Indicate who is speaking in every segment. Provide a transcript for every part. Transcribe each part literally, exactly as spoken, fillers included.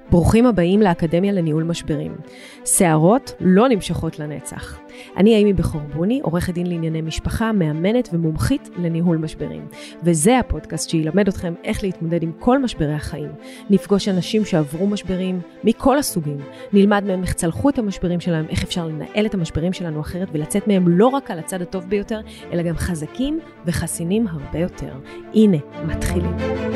Speaker 1: ברוכים הבאים לאקדמיה לניהול משברים. שערות לא נמשכות לנצח. אני אימי בכור בוני, עורכת דין לענייני משפחה, מאמנת ומומחית לניהול משברים. וזה הפודקאסט שילמד אתכם איך להתמודד עם כל משברי החיים. נפגוש אנשים שעברו משברים מכל הסוגים. נלמד מהם איך צלחו את המשברים שלהם, איך אפשר לנהל את המשברים שלנו אחרת ולצאת מהם לא רק על הצד הטוב ביותר, אלא גם חזקים וחסינים הרבה יותר. הנה, מתחילים.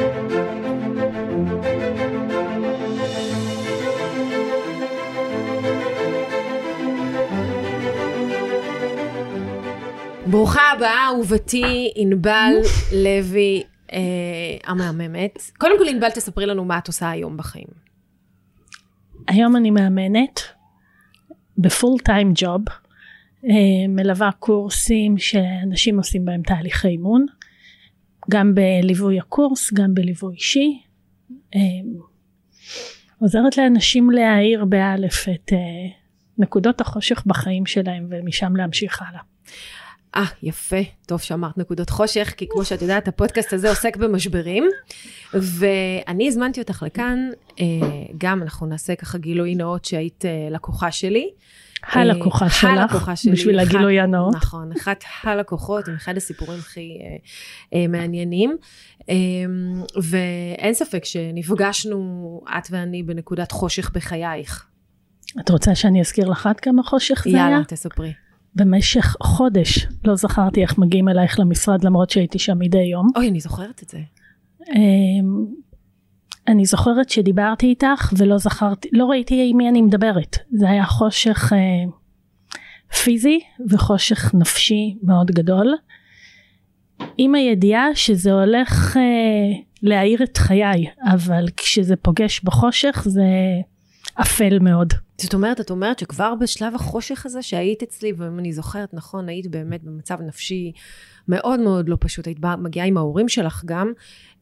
Speaker 1: ברוכה הבאה, אהובתי ענבל לוי אה, המאממת. קודם כל ענבל, תספרי לנו מה את עושה היום בחיים.
Speaker 2: היום אני מאמנת בפול טיים ג'וב, אה, מלווה קורסים שאנשים עושים בהם תהליכי אימון, גם בליווי הקורס, גם בליווי אישי. אה, עוזרת לאנשים להאיר באלף את אה, נקודות החושך בחיים שלהם ומשם להמשיך הלאה.
Speaker 1: אה, יפה, טוב שאמרת נקודות חושך, כי כמו שאת יודעת, הפודקאסט הזה עוסק במשברים, ואני הזמנתי אותך לכאן, גם אנחנו נעשה ככה גילוי נאות שהיית לקוחה שלי.
Speaker 2: הלקוחה שלך, בשביל הגילוי הנאות.
Speaker 1: נכון, אחת הלקוחות, עם אחד הסיפורים הכי מעניינים, ואין ספק שנפגשנו, את ואני, בנקודת חושך בחייך.
Speaker 2: את רוצה שאני אזכיר לך עד כמה חושך זה היה?
Speaker 1: יאללה, תספרי.
Speaker 2: במשך חודש לא זכרתי איך מגיעים אלייך למשרד, למרות שהייתי שם מדי יום.
Speaker 1: אוי, אני זוכרת את זה.
Speaker 2: אני זוכרת שדיברתי איתך ולא זכרתי, לא ראיתי עם מי אני מדברת. זה היה חושך פיזי וחושך נפשי מאוד גדול, עם הידיעה שזה הולך להאיר את חיי, אבל כשזה פוגש בחושך זה אפל מאוד.
Speaker 1: זאת אומרת, את אומרת שכבר בשלב החושך הזה שהיית אצלי, ואם אני זוכרת נכון, היית באמת במצב נפשי מאוד מאוד לא פשוט, היית מגיעה עם ההורים שלך גם,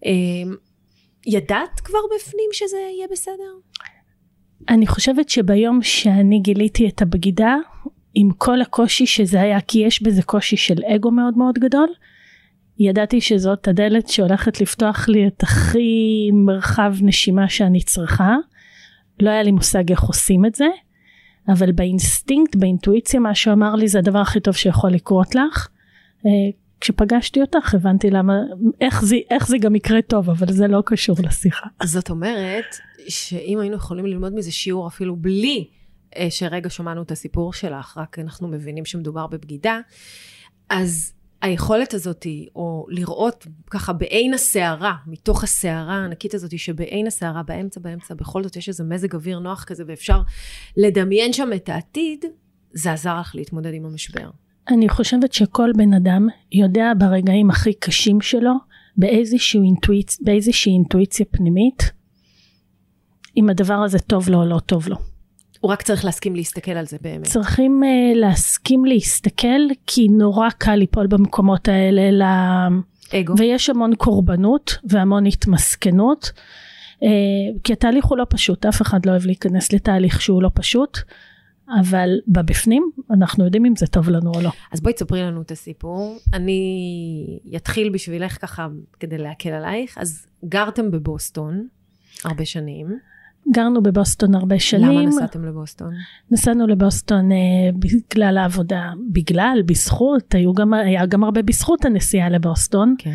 Speaker 1: ידעת כבר בפנים שזה יהיה בסדר?
Speaker 2: אני חושבת שביום שאני גיליתי את הבגידה, עם כל הקושי שזה היה, כי יש בזה קושי של אגו מאוד מאוד גדול, ידעתי שזאת הדלת שהולכת לפתוח לי את הכי מרחב נשימה שאני צריכה, לא היה לי מושג איך עושים את זה, אבל באינסטינקט, באינטואיציה, מה שאמר לי זה הדבר הכי טוב שיכול לקרות לך. כשפגשתי אותך, הבנתי למה, איך זה, איך זה גם יקרה טוב, אבל זה לא קשור לשיחה.
Speaker 1: זאת אומרת, שאם היינו יכולים ללמוד מזה שיעור אפילו בלי שרגע שמענו את הסיפור שלך, רק אנחנו מבינים שמדובר בבגידה, אז היכולת הזאת, או לראות ככה בעין הסערה, מתוך הסערה הענקית הזאת, שבעין הסערה, באמצע, באמצע, בכל זאת יש איזה מזג אוויר נוח כזה, ואפשר לדמיין שם את העתיד, זה עזר לך להתמודד עם המשבר.
Speaker 2: אני חושבת שכל בן אדם יודע ברגעים הכי קשים שלו, באיזושהי אינטואיציה, באיזושהי אינטואיציה פנימית, אם הדבר הזה טוב לו או לא טוב לו.
Speaker 1: הוא רק צריך להסכים להסתכל על זה באמת.
Speaker 2: צריכים uh, להסכים להסתכל, כי נורא קל ליפול במקומות האלה, לה...
Speaker 1: אגו.
Speaker 2: ויש המון קורבנות, והמון התמסכנות, uh, כי התהליך הוא לא פשוט, אף אחד לא אוהב להיכנס לתהליך שהוא לא פשוט, אבל בבפנים אנחנו יודעים אם זה טוב לנו או לא.
Speaker 1: אז בואי תספרי לנו את הסיפור, אני אתחיל בשבילך ככה, כדי להקל עלייך, אז גרתם בבוסטון, הרבה שנים,
Speaker 2: גרנו בבוסטון הרבה שנים.
Speaker 1: למה נסעתם לבוסטון?
Speaker 2: נסענו לבוסטון אה, בגלל העבודה, בגלל, בזכות, היו גם, היה גם הרבה בזכות הנסיעה לבוסטון.
Speaker 1: כן.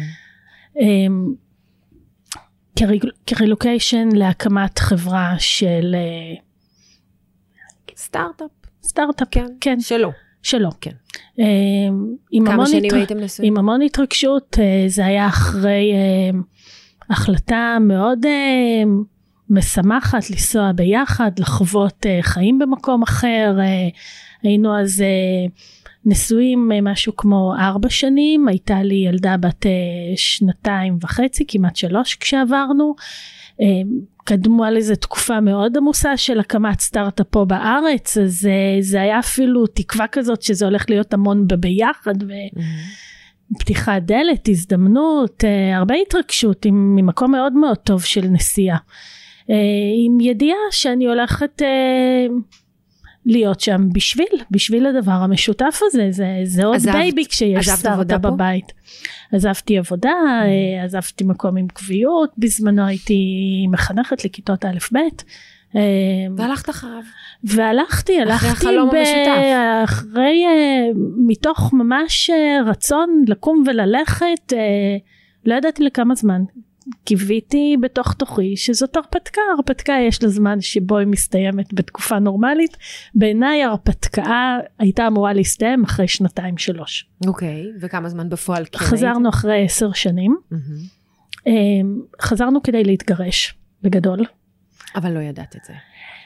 Speaker 2: אה, כרילוקיישן להקמת חברה של... אה,
Speaker 1: סטארט-אפ.
Speaker 2: סטארט-אפ,
Speaker 1: כן.
Speaker 2: כן.
Speaker 1: שלו.
Speaker 2: שלו.
Speaker 1: כן.
Speaker 2: אה, עם
Speaker 1: כמה שנים
Speaker 2: התר...
Speaker 1: הייתם נשואים?
Speaker 2: עם המון התרגשות, אה, זה היה אחרי אה, החלטה מאוד... אה, משמחת לנסוע ביחד, לחוות uh, חיים במקום אחר, uh, היינו אז uh, נשואים uh, משהו כמו ארבע שנים, הייתה לי ילדה בת uh, שנתיים וחצי, כמעט שלוש כשעברנו, uh, קדמו על איזו תקופה מאוד עמוסה של הקמת סטארט-אפ פה בארץ, אז uh, זה היה אפילו תקווה כזאת שזה הולך להיות המון ביחד, ו... Mm-hmm. פתיחת דלת, הזדמנות, uh, הרבה התרגשות, עם, עם מקום מאוד מאוד טוב של נסיעה. עם ידיעה שאני הולכת אה, להיות שם בשביל, בשביל הדבר המשותף הזה, זה, זה עוד עזבת, בייבי כשיש סטארט-אפ בבית. עזבתי עבודה, mm. עזבתי מקום עם קביעות, בזמנו הייתי מחנכת לכיתות א' ב',
Speaker 1: והלכת אחריו.
Speaker 2: והלכתי, הלכתי
Speaker 1: אחרי החלום המשותף.
Speaker 2: אחרי, מתוך ממש רצון לקום וללכת, לא ידעתי לכמה זמן. קיוויתי בתוך תוכי שזאת הרפתקה, הרפתקה יש לה זמן שבו היא מסתיימת בתקופה נורמלית, בעיניי הרפתקה הייתה אמורה להסתיים אחרי שנתיים שלוש.
Speaker 1: אוקיי, וכמה זמן בפועל כן?
Speaker 2: חזרנו אחרי עשר שנים, חזרנו כדי להתגרש בגדול. אבל
Speaker 1: לא ידעת את זה.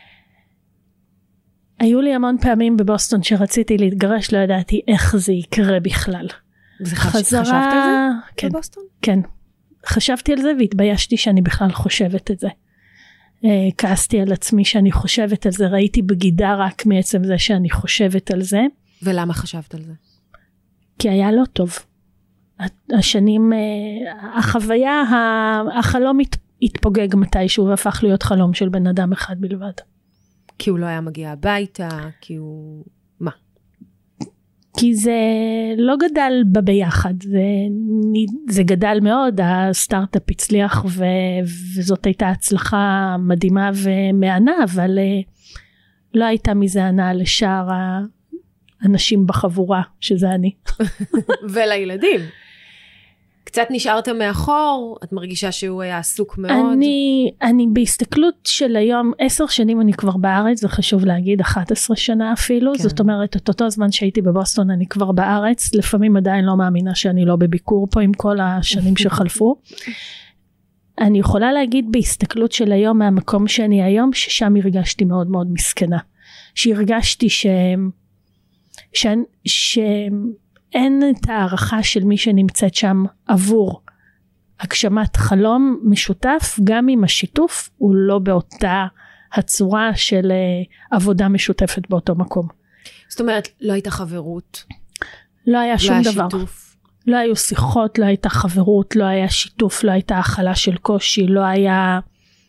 Speaker 2: היו לי המון פעמים בבוסטון שרציתי להתגרש, לא ידעתי איך זה יקרה בכלל.
Speaker 1: חשבת על זה בבוסטון?
Speaker 2: כן. חשבתי על זה והתביישתי שאני בכלל חושבת את זה. כעסתי על עצמי שאני חושבת על זה, ראיתי בגידה רק מעצם זה שאני חושבת על זה.
Speaker 1: ולמה חשבת על זה?
Speaker 2: כי היה לא טוב. השנים, החוויה, החלום התפוגג מתישהו והפך להיות חלום של בן אדם אחד בלבד.
Speaker 1: כי הוא לא היה מגיע הביתה, כי הוא... מה?
Speaker 2: כי זה לא גדל בביחד, זה, זה גדל מאוד, הסטארט-אפ הצליח ו, וזאת הייתה הצלחה מדהימה ומענה, אבל לא הייתה מזה ענה לשאר האנשים בחבורה, שזה אני.
Speaker 1: ולילדים. קצת נשארת מאחור, את מרגישה שהוא היה עסוק מאוד?
Speaker 2: אני, אני בהסתכלות של היום, עשר שנים אני כבר בארץ, זה חשוב להגיד, אחת עשרה שנה אפילו, כן. זאת אומרת, את אותו זמן שהייתי בבוסטון אני כבר בארץ, לפעמים עדיין לא מאמינה שאני לא בביקור פה עם כל השנים שחלפו. אני יכולה להגיד בהסתכלות של היום, מהמקום שאני היום, ששם הרגשתי מאוד מאוד מסכנה. שהרגשתי ש... ש... ש... אין את הערכה של מי שנמצאת שם עבור הגשמת חלום משותף, גם אם השיתוף הוא לא באותה הצורה של עבודה משותפת באותו מקום.
Speaker 1: זאת אומרת, לא הייתה חברות?
Speaker 2: לא היה שום
Speaker 1: לא
Speaker 2: דבר.
Speaker 1: שיתוף.
Speaker 2: לא היו שיחות, לא הייתה חברות, לא היה שיתוף, לא הייתה הכלה של קושי, לא היה...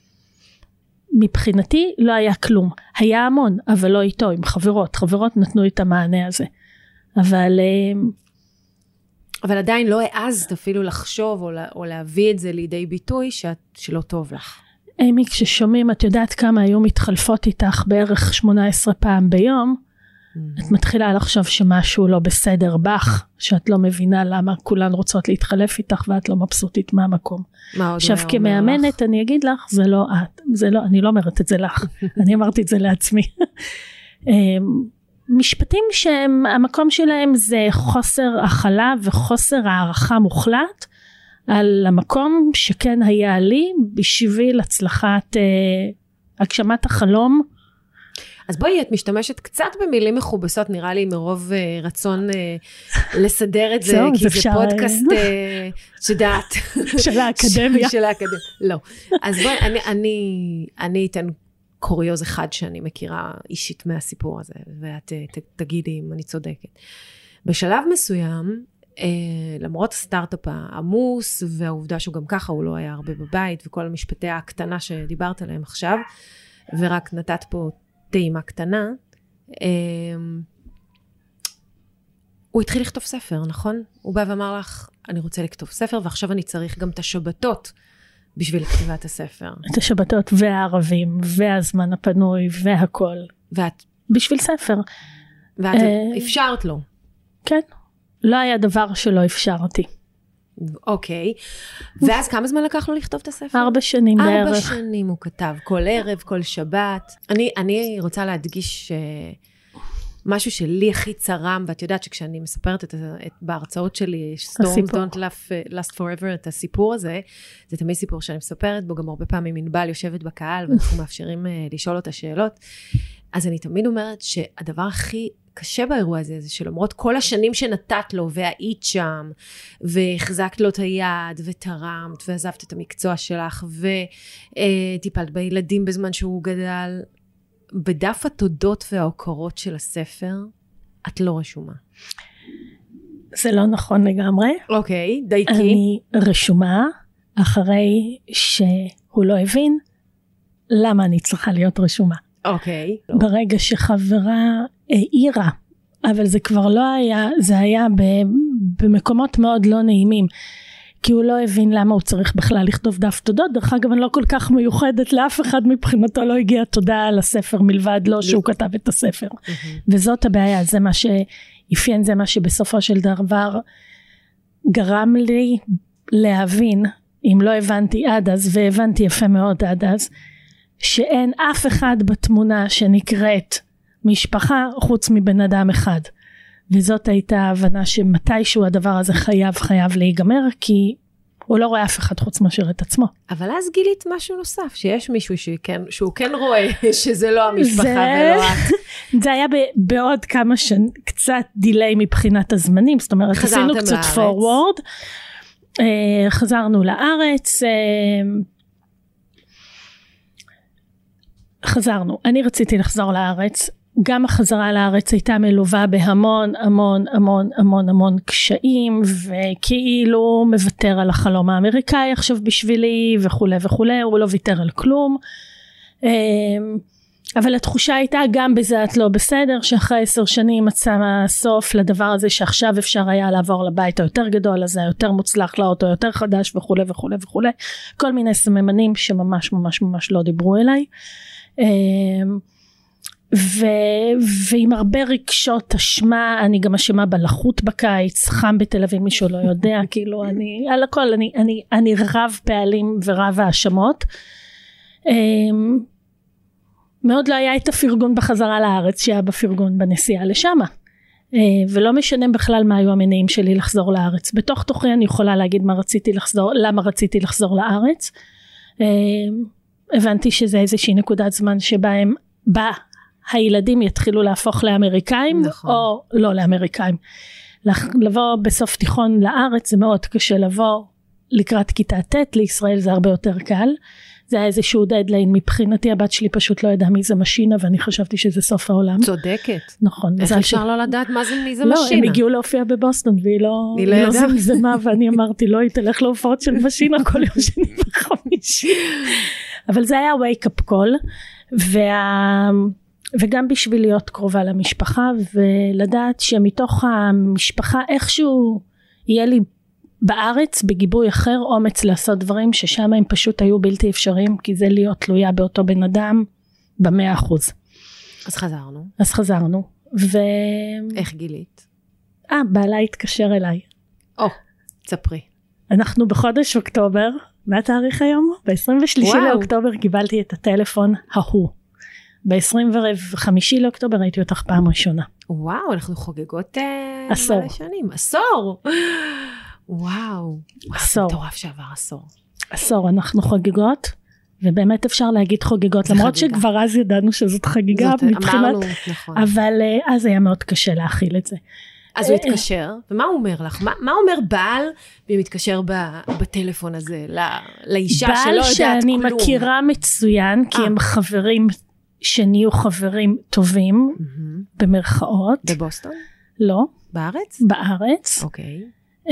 Speaker 2: מבחינתי לא היה כלום. היה המון, אבל לא איתו, עם חברות. חברות נתנו את המענה הזה. אבל
Speaker 1: אבל עדיין לא העזת אפילו לחשוב או, לה, או להביא את זה לידי ביטוי שאת, שלא טוב לך.
Speaker 2: אימי, כששומעים, את יודעת כמה היו מתחלפות איתך בערך שמונה עשרה פעם ביום, mm-hmm. את מתחילה לחשוב שמשהו לא בסדר בך, שאת לא מבינה למה כולן רוצות להתחלף איתך ואת לא מבסוטית מהמקום. עכשיו כמאמנת אני אגיד לך, זה לא את, זה לא, אני לא אומרת את זה לך, אני אמרתי את זה לעצמי. משפטים שהמקום שלהם זה חוסר הכלה וחוסר הערכה מוחלט על המקום שכן היה לי בשביל הצלחת אה, הגשמת החלום.
Speaker 1: אז בואי, את משתמשת קצת במילים מכובסות, נראה לי מרוב אה, רצון אה, לסדר את זה,
Speaker 2: זו,
Speaker 1: כי
Speaker 2: זה
Speaker 1: זה פודקאסט אה, שדעת.
Speaker 2: של האקדמיה.
Speaker 1: של האקדמיה, לא. אז בואי, אני, אני, אני אתן קוריוז אחד שאני מכירה אישית מהסיפור הזה, ואת ת, תגידי אם אני צודקת. בשלב מסוים, אה, למרות הסטארט-אפ העמוס, והעובדה שהוא גם ככה, הוא לא היה הרבה בבית, וכל המשפטי הקטנה שדיברת עליהם עכשיו, ורק נתת פה טעימה קטנה, אה, הוא התחיל לכתוב ספר, נכון? הוא בא ואמר לך, אני רוצה לכתוב ספר, ועכשיו אני צריך גם את השבתות, בשביל כתיבת הספר.
Speaker 2: את השבתות והערבים, והזמן הפנוי, והכל.
Speaker 1: ואת?
Speaker 2: בשביל ספר.
Speaker 1: ואת אפשרת לו?
Speaker 2: כן. לא היה דבר שלא אפשרתי.
Speaker 1: אוקיי. ואז כמה זמן לקח לו לכתוב את הספר?
Speaker 2: ארבע שנים בערך.
Speaker 1: ארבע שנים הוא כתב, כל ערב, כל שבת. אני, אני רוצה להדגיש משהו שלי הכי צרם, ואת יודעת שכשאני מספרת את, את, בהרצאות שלי, Storms Don't last, last Forever, את הסיפור הזה, זה תמיד סיפור שאני מספרת בו, גם הרבה פעמים ענבל יושבת בקהל, ואנחנו מאפשרים uh, לשאול אותה שאלות. אז אני תמיד אומרת שהדבר הכי קשה באירוע הזה, זה שלמרות כל השנים שנתת לו, והיית שם, והחזקת לו את היד, ותרמת, ועזבת את המקצוע שלך, וטיפלת בילדים בזמן שהוא גדל, בדף התודות וההוקרות של הספר, את לא רשומה.
Speaker 2: זה לא נכון לגמרי.
Speaker 1: אוקיי, דייקי.
Speaker 2: אני רשומה, אחרי שהוא לא הבין, למה אני צריכה להיות רשומה.
Speaker 1: אוקיי.
Speaker 2: ברגע שחברה העירה, אבל זה כבר לא היה, זה היה במקומות מאוד לא נעימים. כי הוא לא הבין למה הוא צריך בכלל לכתוב דף תודות. דרך אגב, אני לא כל כך מיוחדת לאף אחד מבחינתו, לא הגיע תודה על הספר מלבד לא שהוא כתב את הספר. וזאת הבעיה, זה מה שאפיין, זה מה שבסופו של דבר גרם לי להבין, אם לא הבנתי עד אז, והבנתי יפה מאוד עד אז, שאין אף אחד בתמונה שנקראת משפחה חוץ מבן אדם אחד. וזאת הייתה ההבנה שמתישהו הדבר הזה חייב חייב להיגמר, כי הוא לא רואה אף אחד חוץ מאשר את עצמו.
Speaker 1: אבל אז גילית משהו נוסף, שיש מישהו שכן, שהוא כן רואה שזה לא המשפחה זה... ולא את.
Speaker 2: זה היה ב, בעוד כמה שנים, קצת דיליי מבחינת הזמנים, זאת אומרת, עשינו קצת לארץ. פורוורד, uh, חזרנו לארץ, uh, חזרנו, אני רציתי לחזור לארץ, גם החזרה לארץ הייתה מלווה בהמון המון המון המון המון קשיים, וכאילו מוותר על החלום האמריקאי עכשיו בשבילי וכולי וכולי, הוא לא ויתר על כלום, אבל התחושה הייתה גם בזה את לא בסדר, שאחרי עשר שנים מצא סוף לדבר הזה, שעכשיו אפשר היה לעבור לבית היותר גדול הזה, היותר מוצלח, לאוטו יותר חדש וכולי וכולי וכולי, כל מיני סממנים שממש ממש ממש לא דיברו אליי, ו... ועם הרבה רגשות אשמה, אני גם אשמה בלחות בקיץ, חם בתל אביב, מישהו לא יודע, כאילו אני, על הכל, אני, אני, אני רב פעלים ורב האשמות. מאוד לא היה את הפרגון בחזרה לארץ, שהיה בפרגון בנסיעה לשמה. ולא משנה בכלל מה היו המניעים שלי לחזור לארץ. בתוך תוכי אני יכולה להגיד מה רציתי לחזור, למה רציתי לחזור לארץ. הבנתי שזה איזושהי נקודת זמן שבה הם, בה הילדים יתחילו להפוך לאמריקאים, נכון. או לא לאמריקאים. לבוא בסוף תיכון לארץ זה מאוד קשה, לבוא לקראת כיתה ט' לישראל זה הרבה יותר קל. זה היה איזשהו דדליין, מבחינתי הבת שלי פשוט לא ידעה מי זה משינה, ואני חשבתי שזה סוף העולם.
Speaker 1: צודקת.
Speaker 2: נכון.
Speaker 1: איך אפשר ש... לא לדעת מה זה, מי זה
Speaker 2: לא,
Speaker 1: משינה?
Speaker 2: הם הגיעו להופיע בבוסטון, והיא לא,
Speaker 1: היא לא,
Speaker 2: לא זמזמה, ואני אמרתי, לא, היא תלך להופעות של משינה כל יום שני וחמישי. אבל זה היה wake up call, וה... וגם בשביל להיות קרובה למשפחה, ולדעת שמתוך המשפחה איכשהו יהיה לי בארץ בגיבוי אחר אומץ לעשות דברים ששם הם פשוט היו בלתי אפשריים, כי זה להיות תלויה באותו בן אדם במאה אחוז.
Speaker 1: אז חזרנו.
Speaker 2: אז חזרנו. ו...
Speaker 1: איך גילית?
Speaker 2: אה, בעלה התקשר אליי.
Speaker 1: או, תספרי.
Speaker 2: אנחנו בחודש אוקטובר, מה התאריך היום? ב-עשרים ושלישי לאוקטובר קיבלתי את הטלפון ההוא. ב-עשרים וחמישי לאוקטובר ראיתי אותך פעם ראשונה.
Speaker 1: וואו, אנחנו חוגגות
Speaker 2: עשור.
Speaker 1: מלא שנים. עשור! וואו.
Speaker 2: עשור.
Speaker 1: מטורף שעבר עשור.
Speaker 2: עשור, אנחנו חוגגות, ובאמת אפשר להגיד חוגגות, למרות חגיגה. שכבר אז ידענו שזאת חגיגה זאת, מבחינת, אמרנו, נכון. אבל אז היה מאוד קשה להכיל את זה.
Speaker 1: אז הוא התקשר, ומה הוא אומר לך? מה, מה אומר בעל, והיא מתקשר בטלפון הזה, לא, לאישה שלא יודעת כלום?
Speaker 2: בעל שאני מכירה מצוין, כי הם חברים שנהיו חברים טובים, במרכאות.
Speaker 1: בבוסטון?
Speaker 2: לא.
Speaker 1: בארץ?
Speaker 2: בארץ.
Speaker 1: אוקיי.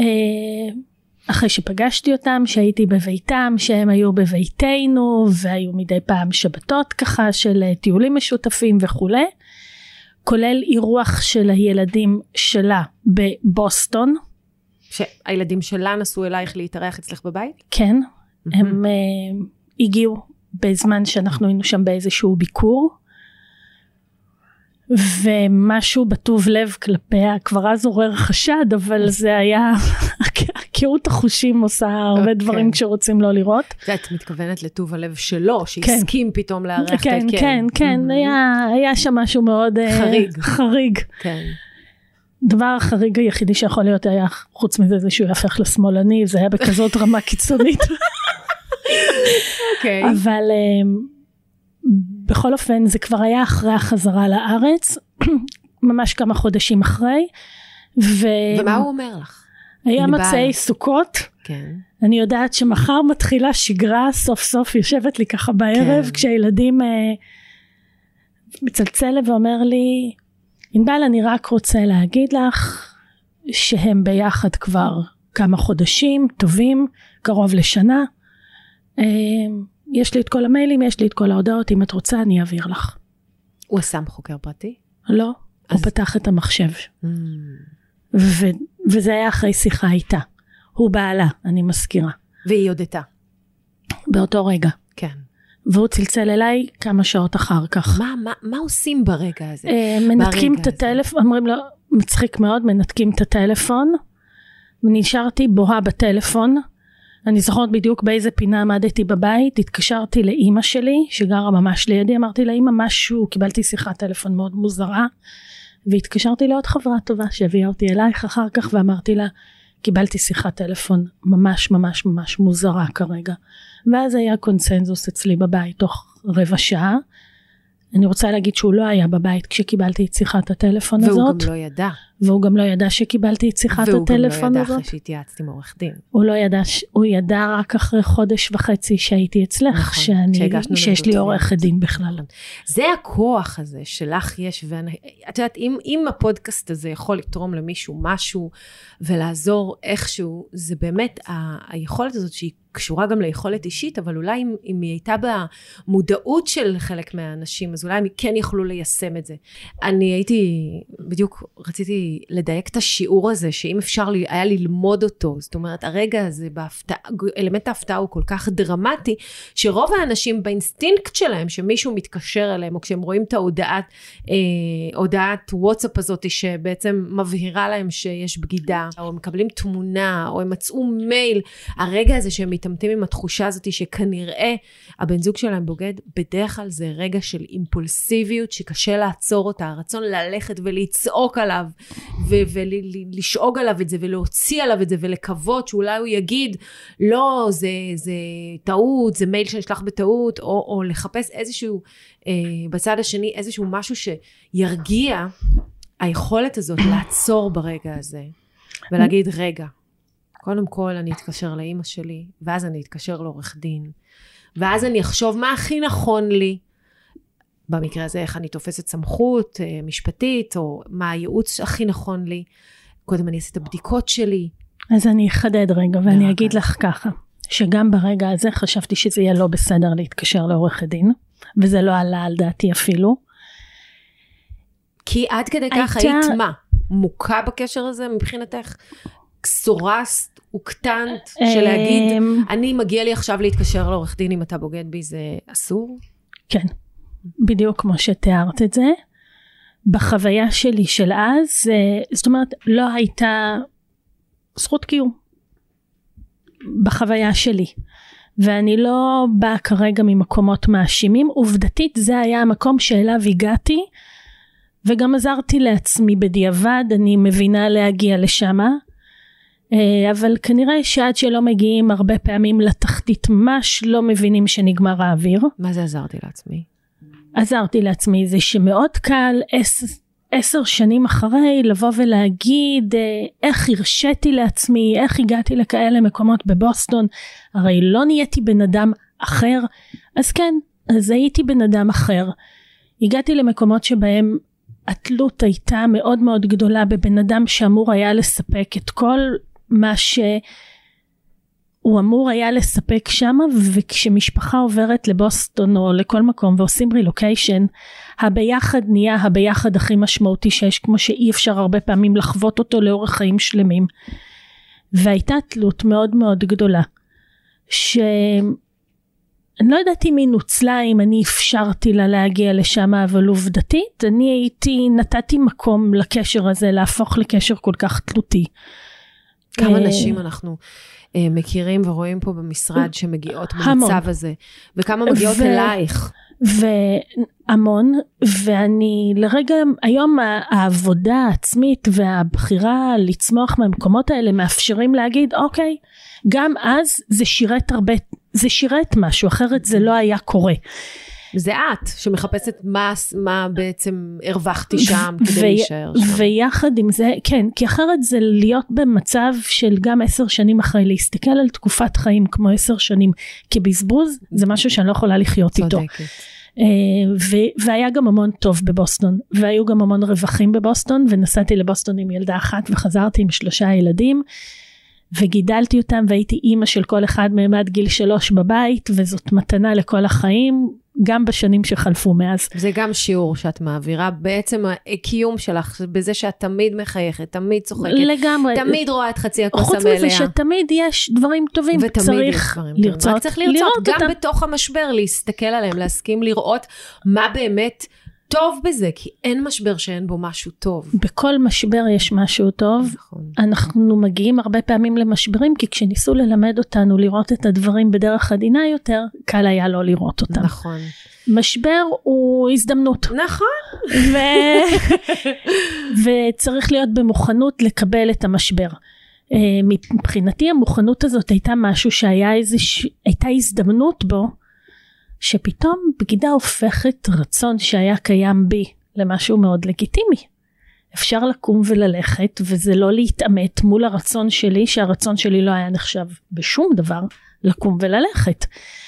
Speaker 2: אחרי שפגשתי אותם, שהייתי בביתם, שהם היו בביתנו, והיו מדי פעם שבתות ככה, של טיולים משותפים וכו'. כולל אירוח של הילדים שלה בבוסטון.
Speaker 1: שהילדים שלה נסו אלייך להתארח אצלך בבית?
Speaker 2: כן. הם הגיעו בזמן שאנחנו היינו שם באיזשהו ביקור, ומשהו בטוב לב כלפיה, כבר אז עורר חשד, אבל זה היה, הכירות החושים עושה הרבה דברים כשרוצים לא לראות.
Speaker 1: את מתכוונת לטוב הלב שלו, שהסכים פתאום לארח את
Speaker 2: כן, כן, כן, היה שם משהו מאוד חריג. כן. דבר החריג היחידי שיכול להיות היה, חוץ מזה זה שהוא יהפך לשמאלני, זה היה בכזאת רמה קיצונית.
Speaker 1: אוקיי.
Speaker 2: אבל בכל אופן זה כבר היה אחרי החזרה לארץ, ממש כמה חודשים אחרי.
Speaker 1: ומה הוא אומר לך?
Speaker 2: היה מצאי סוכות.
Speaker 1: כן.
Speaker 2: אני יודעת שמחר מתחילה שגרה, סוף סוף יושבת לי ככה בערב, כן. כשהילדים מצלצל ואומר לי, ענבל, אני רק רוצה להגיד לך שהם ביחד כבר כמה חודשים טובים, קרוב לשנה. יש לי את כל המיילים, יש לי את כל ההודעות, אם את רוצה אני אעביר לך.
Speaker 1: הוא שם חוקר פרטי?
Speaker 2: לא, אז... הוא פתח את המחשב. Mm. ו... וזה היה אחרי שיחה איתה. הוא בעלה, אני מזכירה.
Speaker 1: והיא יודעתה.
Speaker 2: באותו רגע.
Speaker 1: כן.
Speaker 2: והוא צלצל אליי כמה שעות אחר כך.
Speaker 1: מה, מה, מה עושים ברגע הזה?
Speaker 2: מנתקים את הטלפון, אומרים לו, מצחיק מאוד, מנתקים את הטלפון, ונשארתי בוהה בטלפון, אני זוכרת בדיוק באיזה פינה עמדתי בבית, התקשרתי לאמא שלי, שגרה ממש לידי, אמרתי לה, אמא משהו, קיבלתי שיחת טלפון מאוד מוזרה, והתקשרתי לעוד חברה טובה, שהביאה אותי אלייך אחר כך, ואמרתי לה, קיבלתי שיחת טלפון ממש ממש ממש מוזרה כרגע, ואז היה קונסנזוס אצלי בבית, תוך רבע שעה, אני רוצה להגיד שהוא לא היה בבית כשקיבלתי את שיחת הטלפון
Speaker 1: והוא
Speaker 2: הזאת.
Speaker 1: והוא גם לא ידע.
Speaker 2: והוא גם לא ידע שקיבלתי את שיחת הטלפון הזאת.
Speaker 1: והוא גם לא ידע אחרי שהתייעצתי עם עורך דין.
Speaker 2: הוא לא ידע, הוא ידע רק אחרי חודש וחצי שהייתי אצלך, נכון, שאני, שיש לי עורך דין בכלל.
Speaker 1: זה הכוח הזה שלך יש, ואת יודעת, אם, אם הפודקאסט הזה יכול לתרום למישהו משהו, ולעזור איכשהו, זה באמת ה- היכולת הזאת שהיא קשורה גם ליכולת אישית, אבל אולי אם, אם היא הייתה במודעות של חלק מהאנשים, אז אולי הם כן יכלו ליישם את זה. אני הייתי, בדיוק רציתי לדייק את השיעור הזה, שאם אפשר לי, היה ללמוד אותו, זאת אומרת, הרגע הזה, בהפתע, אלמנט ההפתעה הוא כל כך דרמטי, שרוב האנשים באינסטינקט שלהם, שמישהו מתקשר אליהם, או כשהם רואים את ההודעת, אה, הודעת וואטסאפ הזאת, שבעצם מבהירה להם שיש בגידה, או הם מקבלים תמונה, או הם מצאו מייל, הרגע הזה שהם מתאמתים עם התחושה הזאת, שכנראה הבן זוג שלהם בוגד, בדרך כלל זה רגע של אימפולסיביות, שקשה לעצור אותה, הרצון ללכת ולצעוק עליו, ולשאוג עליו את זה, ולהוציא עליו את זה, ולקוות שאולי הוא יגיד, לא, זה, זה טעות, זה מייל שנשלח בטעות, או, או לחפש איזשהו, אה, בצד השני, איזשהו משהו שירגיע, היכולת הזאת לעצור ברגע הזה, ולהגיד, רגע, קודם כל אני אתקשר לאמא שלי, ואז אני אתקשר לעורך דין, ואז אני אחשוב מה הכי נכון לי, במקרה הזה איך אני תופסת סמכות משפטית, או מה הייעוץ הכי נכון לי, קודם אני אעשה את הבדיקות שלי.
Speaker 2: אז אני אחדד רגע, ואני אגיד לך ככה, שגם ברגע הזה חשבתי שזה יהיה לא בסדר להתקשר לעורך דין, וזה לא עלה על דעתי אפילו.
Speaker 1: כי עד כדי כך היית מה? מוכה בקשר הזה מבחינתך? סורסת וקטנת של להגיד, אני מגיע לי עכשיו להתקשר לעורך דין אם אתה בוגד בי, זה אסור?
Speaker 2: כן, בדיוק כמו שתיארת את זה. בחוויה שלי של אז, זאת אומרת, לא הייתה זכות קיום. בחוויה שלי. ואני לא באה כרגע ממקומות מאשימים. עובדתית זה היה המקום שאליו הגעתי, וגם עזרתי לעצמי בדיעבד, אני מבינה להגיע לשמה. אבל כנראה שעד שלא מגיעים הרבה פעמים לתחתית ממש לא מבינים שנגמר האוויר.
Speaker 1: מה זה עזרתי לעצמי?
Speaker 2: עזרתי לעצמי זה שמאוד קל עשר, עשר שנים אחרי לבוא ולהגיד איך הרשיתי לעצמי, איך הגעתי לכאלה מקומות בבוסטון, הרי לא נהייתי בן אדם אחר, אז כן, אז הייתי בן אדם אחר. הגעתי למקומות שבהם התלות הייתה מאוד מאוד גדולה בבן אדם שאמור היה לספק את כל מה שהוא אמור היה לספק שם, וכשמשפחה עוברת לבוסטון או לכל מקום ועושים רילוקיישן, הביחד נהיה הביחד הכי משמעותי שיש, כמו שאי אפשר הרבה פעמים לחוות אותו לאורך חיים שלמים. והייתה תלות מאוד מאוד גדולה, שאני לא יודעת אם היא נוצלה, אם אני אפשרתי לה להגיע לשם, אבל עובדתית, אני הייתי, נתתי מקום לקשר הזה, להפוך לקשר כל כך תלותי.
Speaker 1: כמה נשים אנחנו מכירים ורואים פה במשרד שמגיעות במצב הזה, וכמה מגיעות אלייך?
Speaker 2: והמון, ואני לרגע, היום העבודה העצמית והבחירה לצמוח מהמקומות האלה מאפשרים להגיד, אוקיי, גם אז זה שירת הרבה, זה שירת משהו, אחרת זה לא היה קורה.
Speaker 1: זה את שמחפשת מה, מה בעצם הרווחתי שם כדי להישאר שם.
Speaker 2: ויחד עם זה, כן, כי אחרת זה להיות במצב של גם עשר שנים אחרי, להסתכל על תקופת חיים כמו עשר שנים כבזבוז, זה משהו שאני לא יכולה לחיות איתו. והיה גם המון טוב בבוסטון, והיו גם המון רווחים בבוסטון, ונסעתי לבוסטון עם ילדה אחת, וחזרתי עם שלושה ילדים, וגידלתי אותם, והייתי אימא של כל אחד מהם עד גיל שלוש בבית, וזאת מתנה לכל החיים, גם בשנים שחלפו מאז.
Speaker 1: זה גם שיעור שאת מעבירה, בעצם הקיום שלך, בזה שאת תמיד מחייכת, תמיד צוחקת,
Speaker 2: לגמרי.
Speaker 1: תמיד רואה את חצי הכוס המלאה.
Speaker 2: חוץ מזה שתמיד יש דברים טובים, וצריך לרצות,
Speaker 1: רק צריך לרצות, גם אותם. בתוך המשבר, להסתכל עליהם, להסכים לראות מה באמת טוב בזה, כי אין משבר שאין בו משהו טוב.
Speaker 2: בכל משבר יש משהו טוב. נכון. אנחנו מגיעים הרבה פעמים למשברים, כי כשניסו ללמד אותנו לראות את הדברים בדרך עדינה יותר, קל היה לא לראות אותם.
Speaker 1: נכון.
Speaker 2: משבר הוא הזדמנות.
Speaker 1: נכון.
Speaker 2: ו... וצריך להיות במוכנות לקבל את המשבר. מבחינתי המוכנות הזאת הייתה משהו שהיה איזוש... הייתה הזדמנות בו, שפתאום בגידה הופכת רצון שהיה קיים בי למשהו מאוד לגיטימי. אפשר לקום וללכת, וזה לא להתאמת מול הרצון שלי, שהרצון שלי לא היה נחשב בשום דבר, לקום וללכת.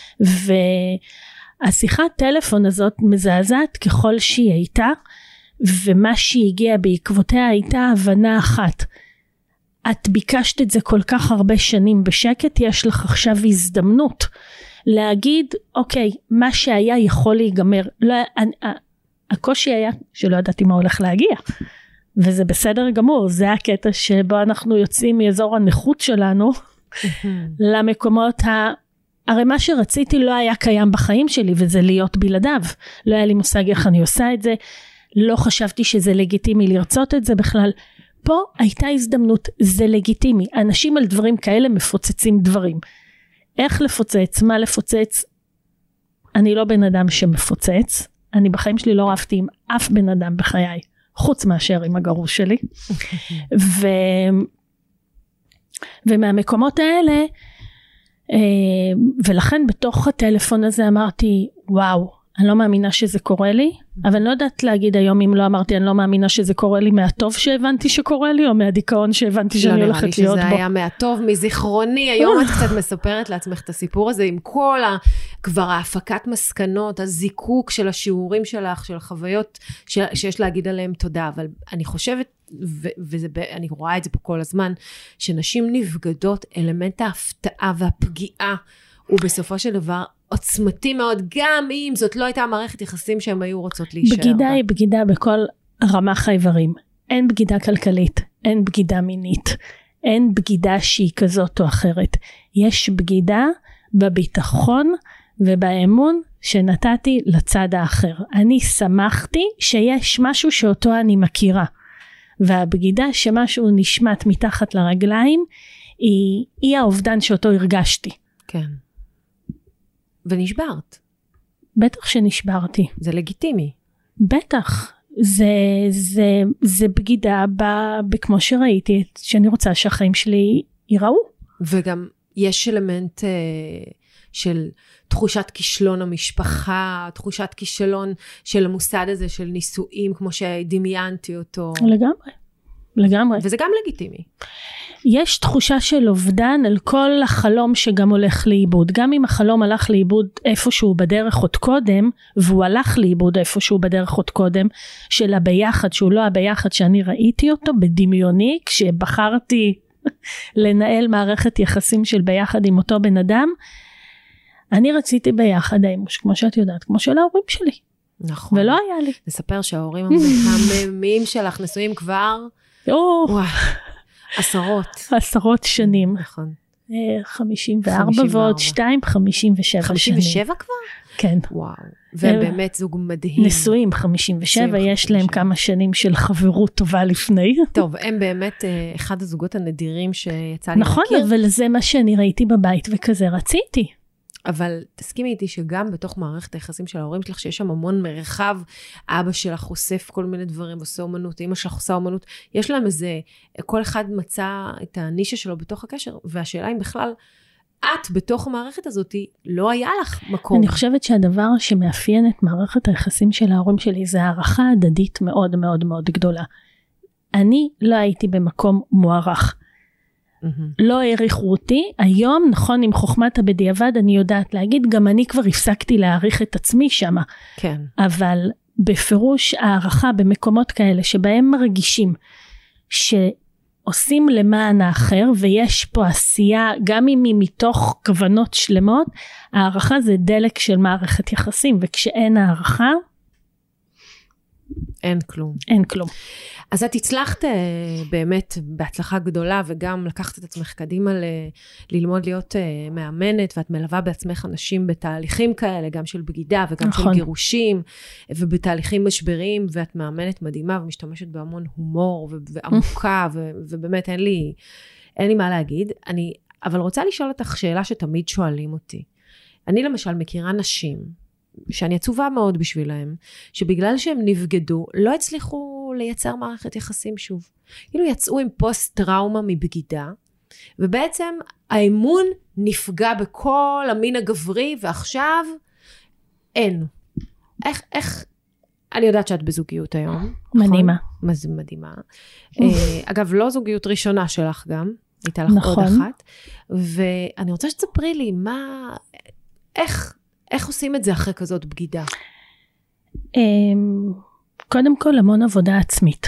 Speaker 2: והשיחת טלפון הזאת מזעזעת ככל שהיא הייתה, ומה שהיא הגיעה בעקבותיה הייתה הבנה אחת. את ביקשת את זה כל כך הרבה שנים בשקט, יש לך עכשיו הזדמנות. להגיד, אוקיי, מה שהיה יכול להיגמר. לא, אני, הקושי היה שלא ידעתי מה הולך להגיע. וזה בסדר גמור, זה הקטע שבו אנחנו יוצאים מאזור הנכות שלנו, למקומות ה... הרי מה שרציתי לא היה קיים בחיים שלי, וזה להיות בלעדיו. לא היה לי מושג איך אני עושה את זה, לא חשבתי שזה לגיטימי לרצות את זה בכלל. פה הייתה הזדמנות, זה לגיטימי. אנשים על דברים כאלה מפוצצים דברים. איך לפוצץ, מה לפוצץ, אני לא בן אדם שמפוצץ, אני בחיים שלי לא רבתי עם אף בן אדם בחיי, חוץ מאשר עם הגרוש שלי, ו... ומהמקומות האלה, ולכן בתוך הטלפון הזה אמרתי, וואו, אני לא מאמינה שזה קורה לי, אבל אני לא יודעת להגיד היום אם לא אמרתי, אני לא מאמינה שזה קורה לי מהטוב שהבנתי שקורה לי, או מהדיכאון שהבנתי שאני הולכת להיות בו. לא נראה לי שזה היה מהטוב, מזיכרוני, היום את קצת מספרת לעצמך את הסיפור הזה, עם כל ה... כבר ההפקת מסקנות, הזיקוק של השיעורים שלך, של החוויות, שיש להגיד עליהם תודה, אבל אני חושבת, ואני רואה את זה פה כל הזמן, שנשים נבגדות, אלמנט ההפתעה והפגיעה, ובסופו של דבר, עוצמתי מאוד, גם אם זאת לא הייתה מערכת יחסים שהם היו רוצות להישאר. בגידה היא בגידה בכל רמ"ח האיברים. אין בגידה כלכלית, אין בגידה מינית, אין בגידה שהיא כזאת או אחרת. יש בגידה בביטחון ובאמון שנתתי לצד האחר. אני שמחתי שיש משהו שאותו אני מכירה. והבגידה שמשהו נשמט מתחת לרגליים, היא, היא האובדן שאותו הרגשתי.
Speaker 1: כן. ונשברת.
Speaker 2: בטח שנשברתי.
Speaker 1: זה לגיטימי.
Speaker 2: בטח. זה, זה, זה בגידה ב, בכמו שראיתי, שאני רוצה שהחיים שלי ייראו.
Speaker 1: וגם יש אלמנט אה, של תחושת כישלון המשפחה, תחושת כישלון של המוסד הזה של נישואים, כמו שדמיינתי אותו.
Speaker 2: לגמרי. לגמרי.
Speaker 1: וזה גם לגיטימי.
Speaker 2: יש תחושה של אובדן על כל החלום שגם הולך לאיבוד. גם אם החלום הלך לאיבוד איפשהו בדרך עוד קודם, והוא הלך לאיבוד איפשהו בדרך עוד קודם, של הביחד, שהוא לא הביחד שאני ראיתי אותו בדמיוני, כשבחרתי לנהל מערכת יחסים של ביחד עם אותו בן אדם, אני רציתי ביחד האימוש, כמו שאת יודעת, כמו של ההורים שלי.
Speaker 1: נכון.
Speaker 2: ולא היה לי.
Speaker 1: נספר שההורים המאמים שלך נשואים כבר... וואו. עשרות.
Speaker 2: עשרות שנים.
Speaker 1: נכון.
Speaker 2: חמישים וארבע ועוד שתיים, חמישים ושבע שנים.
Speaker 1: חמישים ושבע כבר?
Speaker 2: כן.
Speaker 1: וואו. ובאמת זוג מדהים.
Speaker 2: נשואים חמישים ושבע, יש להם כמה שנים של חברות טובה לפני.
Speaker 1: טוב, הם באמת אחד הזוגות הנדירים שיצא לי
Speaker 2: נכון,
Speaker 1: להכיר.
Speaker 2: אבל זה מה שאני ראיתי בבית וכזה רציתי.
Speaker 1: אבל תסכימי איתי שגם בתוך מערכת היחסים של ההורים שלך, שיש שם המון מרחב, אבא שלך חושף כל מיני דברים, עושה אומנות, אמא שלך עושה אומנות, יש להם איזה, כל אחד מצא את הנישה שלו בתוך הקשר, והשאלה אם בכלל, את בתוך המערכת הזאת, לא היה לך מקום.
Speaker 2: אני חושבת שהדבר שמאפיין את מערכת היחסים של ההורים שלי, זה הערכה הדדית מאוד מאוד מאוד גדולה. אני לא הייתי במקום מוערך. לא העריכו אותי, היום נכון עם חוכמת הבדיעבד אני יודעת להגיד, גם אני כבר הפסקתי להעריך את עצמי שמה,
Speaker 1: כן.
Speaker 2: אבל בפירוש הערכה במקומות כאלה שבהם מרגישים שאותם עושים למען האחר, ויש פה עשייה, גם אם היא מתוך כוונות שלמות, הערכה זה דלק של מערכת יחסים, וכשאין הערכה,
Speaker 1: אין כלום.
Speaker 2: אין כלום.
Speaker 1: אז את הצלחת באמת בהצלחה גדולה, וגם לקחת את עצמך קדימה ל- ללמוד להיות מאמנת, ואת מלווה בעצמך אנשים בתהליכים כאלה, גם של בגידה וגם נכון. של גירושים, ובתהליכים משבריים, ואת מאמנת מדהימה, ומשתמשת בהמון הומור ו- ועמוקה, ו- ובאמת אין לי, אין לי מה להגיד. אני, אבל רוצה לשאול אותך שאלה שתמיד שואלים אותי. אני למשל מכירה נשים, שאני עצובה מאוד בשבילהם, שבגלל שהם נבגדו, לא הצליחו לייצר מערכת יחסים שוב. כאילו יצאו עם פוסט טראומה מבגידה, ובעצם האמון נפגע בכל המין הגברי, ועכשיו אין. איך, איך, אני יודעת שאת בזוגיות היום.
Speaker 2: מדהימה.
Speaker 1: נכון? זה מדהימה. אגב, לא זוגיות ראשונה שלך גם, הייתה לך
Speaker 2: נכון.
Speaker 1: עוד אחת, ואני רוצה שתספרי לי, מה, איך, איך עושים את זה אחרי כזאת בגידה?
Speaker 2: קודם כל, המון עבודה עצמית.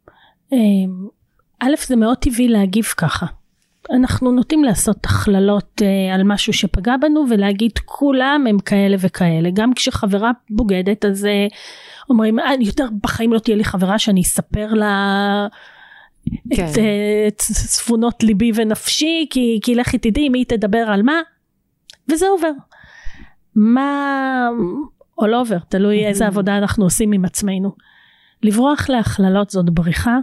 Speaker 2: א', זה מאוד טבעי להגיב ככה. אנחנו נוטים לעשות הכללות על משהו שפגע בנו, ולהגיד כולם הם כאלה וכאלה. גם כשחברה בוגדת, אז אומרים, יותר בחיים לא תהיה לי חברה שאני אספר לה כן. את, את צפונות ליבי ונפשי, כי, כי לכי תדעי מי תדבר על מה, וזה עובר. מה, או לא עובר, תלוי איזה עבודה אנחנו עושים עם עצמנו. לברוח להכללות זאת בריחה.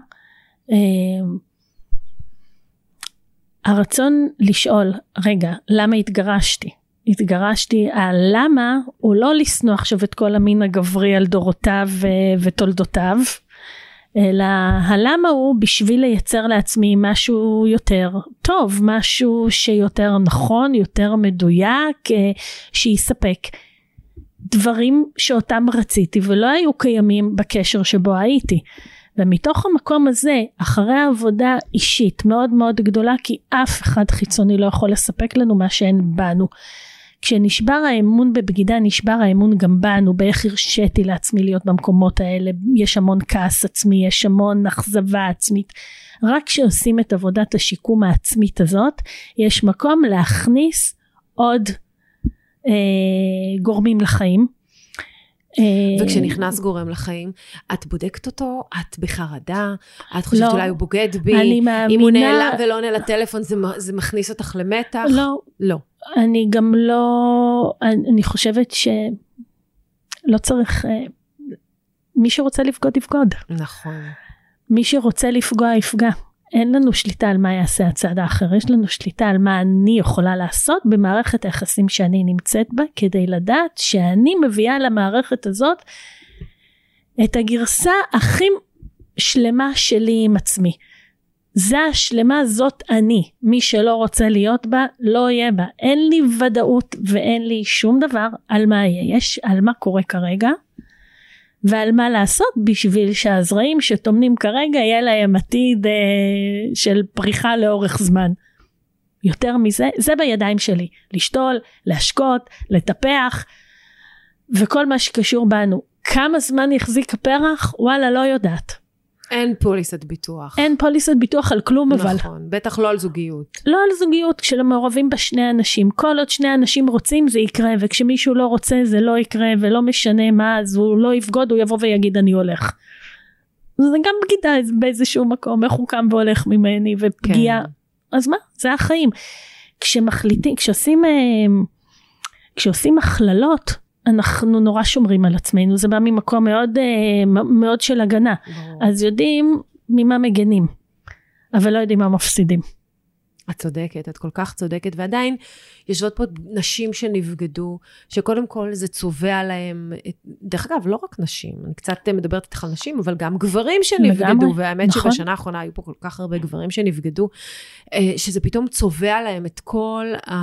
Speaker 2: הרצון לשאול, רגע, למה התגרשתי? התגרשתי, הלמה הוא לא לשנוא עכשיו את כל המין הגברי על דורותיו ותולדותיו, אלא הלמה הוא בשביל לייצר לעצמי משהו יותר טוב, משהו שיותר נכון, יותר מדויק, שיספק דברים שאותם רציתי ולא היו קיימים בקשר שבו הייתי. ומתוך המקום הזה, אחרי העבודה אישית מאוד מאוד גדולה, כי אף אחד חיצוני לא יכול לספק לנו מה שאין בנו. כשנשבר האמון בבגידה, נשבר האמון גם בנו, באיך הרשיתי לעצמי להיות במקומות האלה, יש המון כעס עצמי, יש המון אכזבה עצמית. רק כשעושים את עבודת השיקום העצמית הזאת, יש מקום להכניס עוד אה, גורמים לחיים.
Speaker 1: וכשנכנס גורם לחיים, את בודקת אותו, את בחרדה, את חושבת אולי הוא בוגד בי, אם הוא נעלם ולא עונה לטלפון, זה מכניס אותך למתח?
Speaker 2: לא.
Speaker 1: לא.
Speaker 2: אני גם לא, אני חושבת שלא צריך, מי שרוצה לפגוד, יפגוד.
Speaker 1: נכון.
Speaker 2: מי שרוצה לפגוע, יפגע. אין לנו שליטה על מה יעשה הצד האחר, יש לנו שליטה על מה אני יכולה לעשות במערכת היחסים שאני נמצאת בה, כדי לדעת שאני מביאה למערכת הזאת את הגרסה הכי שלמה שלי עם עצמי. זה השלמה, זאת אני. מי שלא רוצה להיות בה, לא יהיה בה. אין לי ודאות ואין לי שום דבר על מה יהיה. יש על מה קורה כרגע, ועל מה לעשות בשביל שהזרעים שתומנים כרגע יהיה להם עתיד אה, של פריחה לאורך זמן. יותר מזה, זה בידיים שלי. לשתול, להשקות, לטפח, וכל מה שקשור בנו. כמה זמן יחזיק הפרח? וואלה, לא יודעת.
Speaker 1: אין פוליסת ביטוח.
Speaker 2: אין פוליסת ביטוח על כלום
Speaker 1: נכון,
Speaker 2: אבל.
Speaker 1: נכון, בטח לא על זוגיות.
Speaker 2: לא על זוגיות, כשמעורבים בשני אנשים. כל עוד שני אנשים רוצים זה יקרה, וכשמישהו לא רוצה זה לא יקרה, ולא משנה מה, אז הוא לא יפגוד, הוא יבוא ויגיד אני הולך. זה גם בגידה באיזשהו מקום, איך הוא קם והולך ממני, ופגיעה. כן. אז מה? זה החיים. כשמחליטים, כשעושים, כשעושים הכללות, אנחנו נורא שומרים על עצמנו, זה בא ממקום מאוד, מאוד של הגנה. ברור. אז יודעים ממה מגנים, אבל לא יודעים מה מפסידים.
Speaker 1: את צודקת, את כל כך צודקת, ועדיין יושבות פה נשים שנבגדו, שקודם כל זה צובע להם, דרך אגב, לא רק נשים, אני קצת מדברת איתך על נשים, אבל גם גברים שנבגדו, והאמת נכון. שבשנה האחרונה היו פה כל כך הרבה גברים שנבגדו, שזה פתאום צובע להם את כל ה...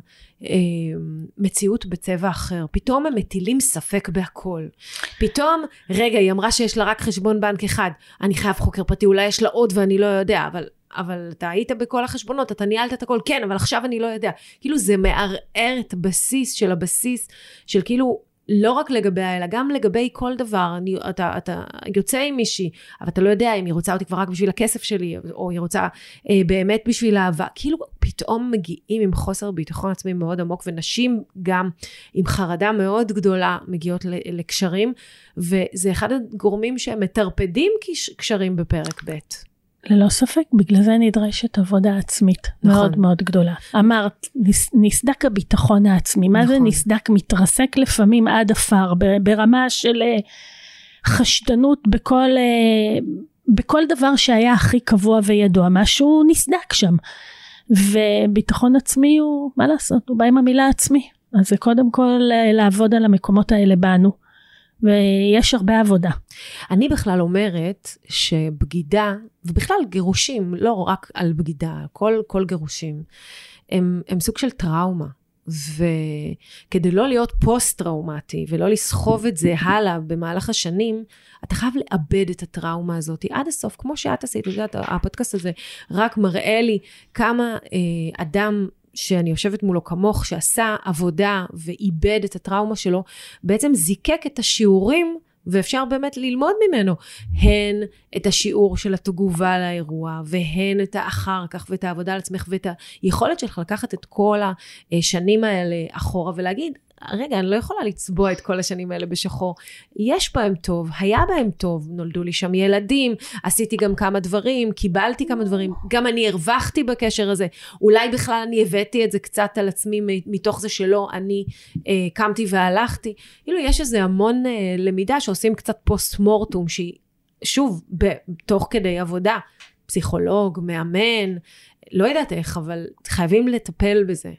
Speaker 1: מציאות בצבע אחר, פתאום הם מטילים ספק בהכל, פתאום, רגע, היא אמרה שיש לה רק חשבון בנק אחד, אני חייב חוקר פרטי, אולי יש לה עוד ואני לא יודע, אבל, אבל אתה היית בכל החשבונות, אתה ניהלת את הכל, כן, אבל עכשיו אני לא יודע, כאילו זה מערער את הבסיס של הבסיס, של כאילו, לא רק לגבי, אלא גם לגבי כל דבר. אני, אתה, אתה יוצא עם מישהי, אבל אתה לא יודע אם היא רוצה אותי כבר רק בשביל הכסף שלי, או היא רוצה אה, באמת בשביל האהבה. כאילו פתאום מגיעים עם חוסר ביטחון עצמי מאוד עמוק, ונשים גם עם חרדה מאוד גדולה מגיעות לקשרים, וזה אחד הגורמים שהם מטרפדים קשרים בפרק ב'.
Speaker 2: ללא ספק, בגלל זה נדרשת עבודה עצמית נכון. מאוד מאוד גדולה. אמרת, נסדק הביטחון העצמי, נכון. מה זה נסדק? מתרסק לפעמים עד אפר, ברמה של חשדנות בכל, בכל דבר שהיה הכי קבוע וידוע, משהו נסדק שם. וביטחון עצמי הוא, מה לעשות, הוא בא עם המילה עצמי. אז זה קודם כל לעבוד על המקומות האלה בנו. ויש הרבה עבודה.
Speaker 1: אני בכלל אומרת שבגידה, ובכלל גירושים, לא רק על בגידה, כל, כל גירושים, הם, הם סוג של טראומה. וכדי לא להיות פוסט-טראומטי, ולא לסחוב את זה הלאה במהלך השנים, אתה חייב לאבד את הטראומה הזאת עד הסוף, כמו שאת עשית, הפודקאסט הזה רק מראה לי כמה אה, אדם, שאני יושבת מולו כמוך, שעשה עבודה ואיבד את הטראומה שלו, בעצם זיקק את השיעורים, ואפשר באמת ללמוד ממנו, הן את השיעור של התגובה לאירוע, והן את האחר כך, ואת העבודה על עצמך, ואת היכולת שלך לקחת את כל השנים האלה אחורה, ולהגיד, רגע, אני לא יכולה לצבוע את כל השנים האלה בשחור, יש בהם טוב, היה בהם טוב, נולדו לי שם ילדים, עשיתי גם כמה דברים, קיבלתי כמה דברים, גם אני הרווחתי בקשר הזה, אולי בכלל אני הבאתי את זה קצת על עצמי, מתוך זה שלא, אני אה, קמתי והלכתי, כאילו יש איזה המון אה, למידה, שעושים קצת פוסט מורטום, שהיא שוב, תוך כדי עבודה, פסיכולוג, מאמן, לא יודעת איך, אבל חייבים לטפל בזה.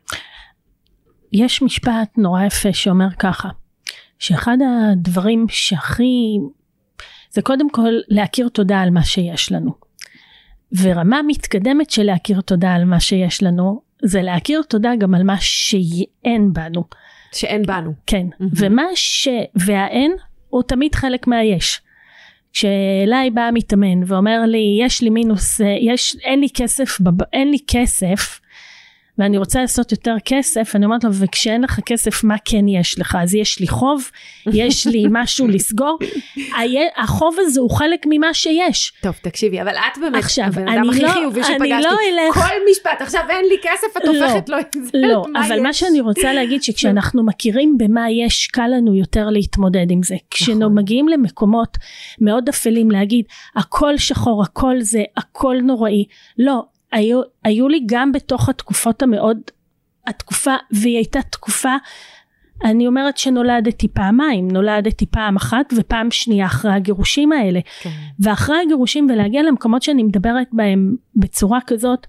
Speaker 2: יש משפט נורא יפה שאומר ככה, שאחד הדברים שהכי, זה קודם כל להכיר תודה על מה שיש לנו. ורמה מתקדמת של להכיר תודה על מה שיש לנו, זה להכיר תודה גם על מה שאין בנו.
Speaker 1: שאין בנו.
Speaker 2: כן, mm-hmm. ומה ש... והאין הוא תמיד חלק מהיש. כשאליי בא מתאמן ואומר לי, יש לי מינוס, יש, אין לי כסף, אין לי כסף, ואני רוצה לעשות יותר כסף, אני אומרת לו, וכשאין לך כסף, מה כן יש לך? אז יש לי חוב, יש לי משהו לסגור, החוב הזה הוא חלק ממה שיש.
Speaker 1: טוב, תקשיבי, אבל את באמת,
Speaker 2: עכשיו,
Speaker 1: הבן אדם הכי חיובי שפגשתי, כל משפט, עכשיו אין לי כסף, את הופכת לו את זה.
Speaker 2: לא, אבל מה שאני רוצה להגיד, שכשאנחנו מכירים במה יש, קל לנו יותר להתמודד עם זה. כשאנחנו מגיעים למקומות מאוד אפלים, להגיד, הכל שחור, הכל זה, הכל נוראי, לא, היו, היו לי גם בתוך התקופות המאוד, התקופה, והיא הייתה תקופה, אני אומרת שנולדתי פעמיים, נולדתי פעם אחת ופעם שנייה אחרי הגירושים האלה. כן. ואחרי הגירושים ולהגיע למקומות שאני מדברת בהם בצורה כזאת,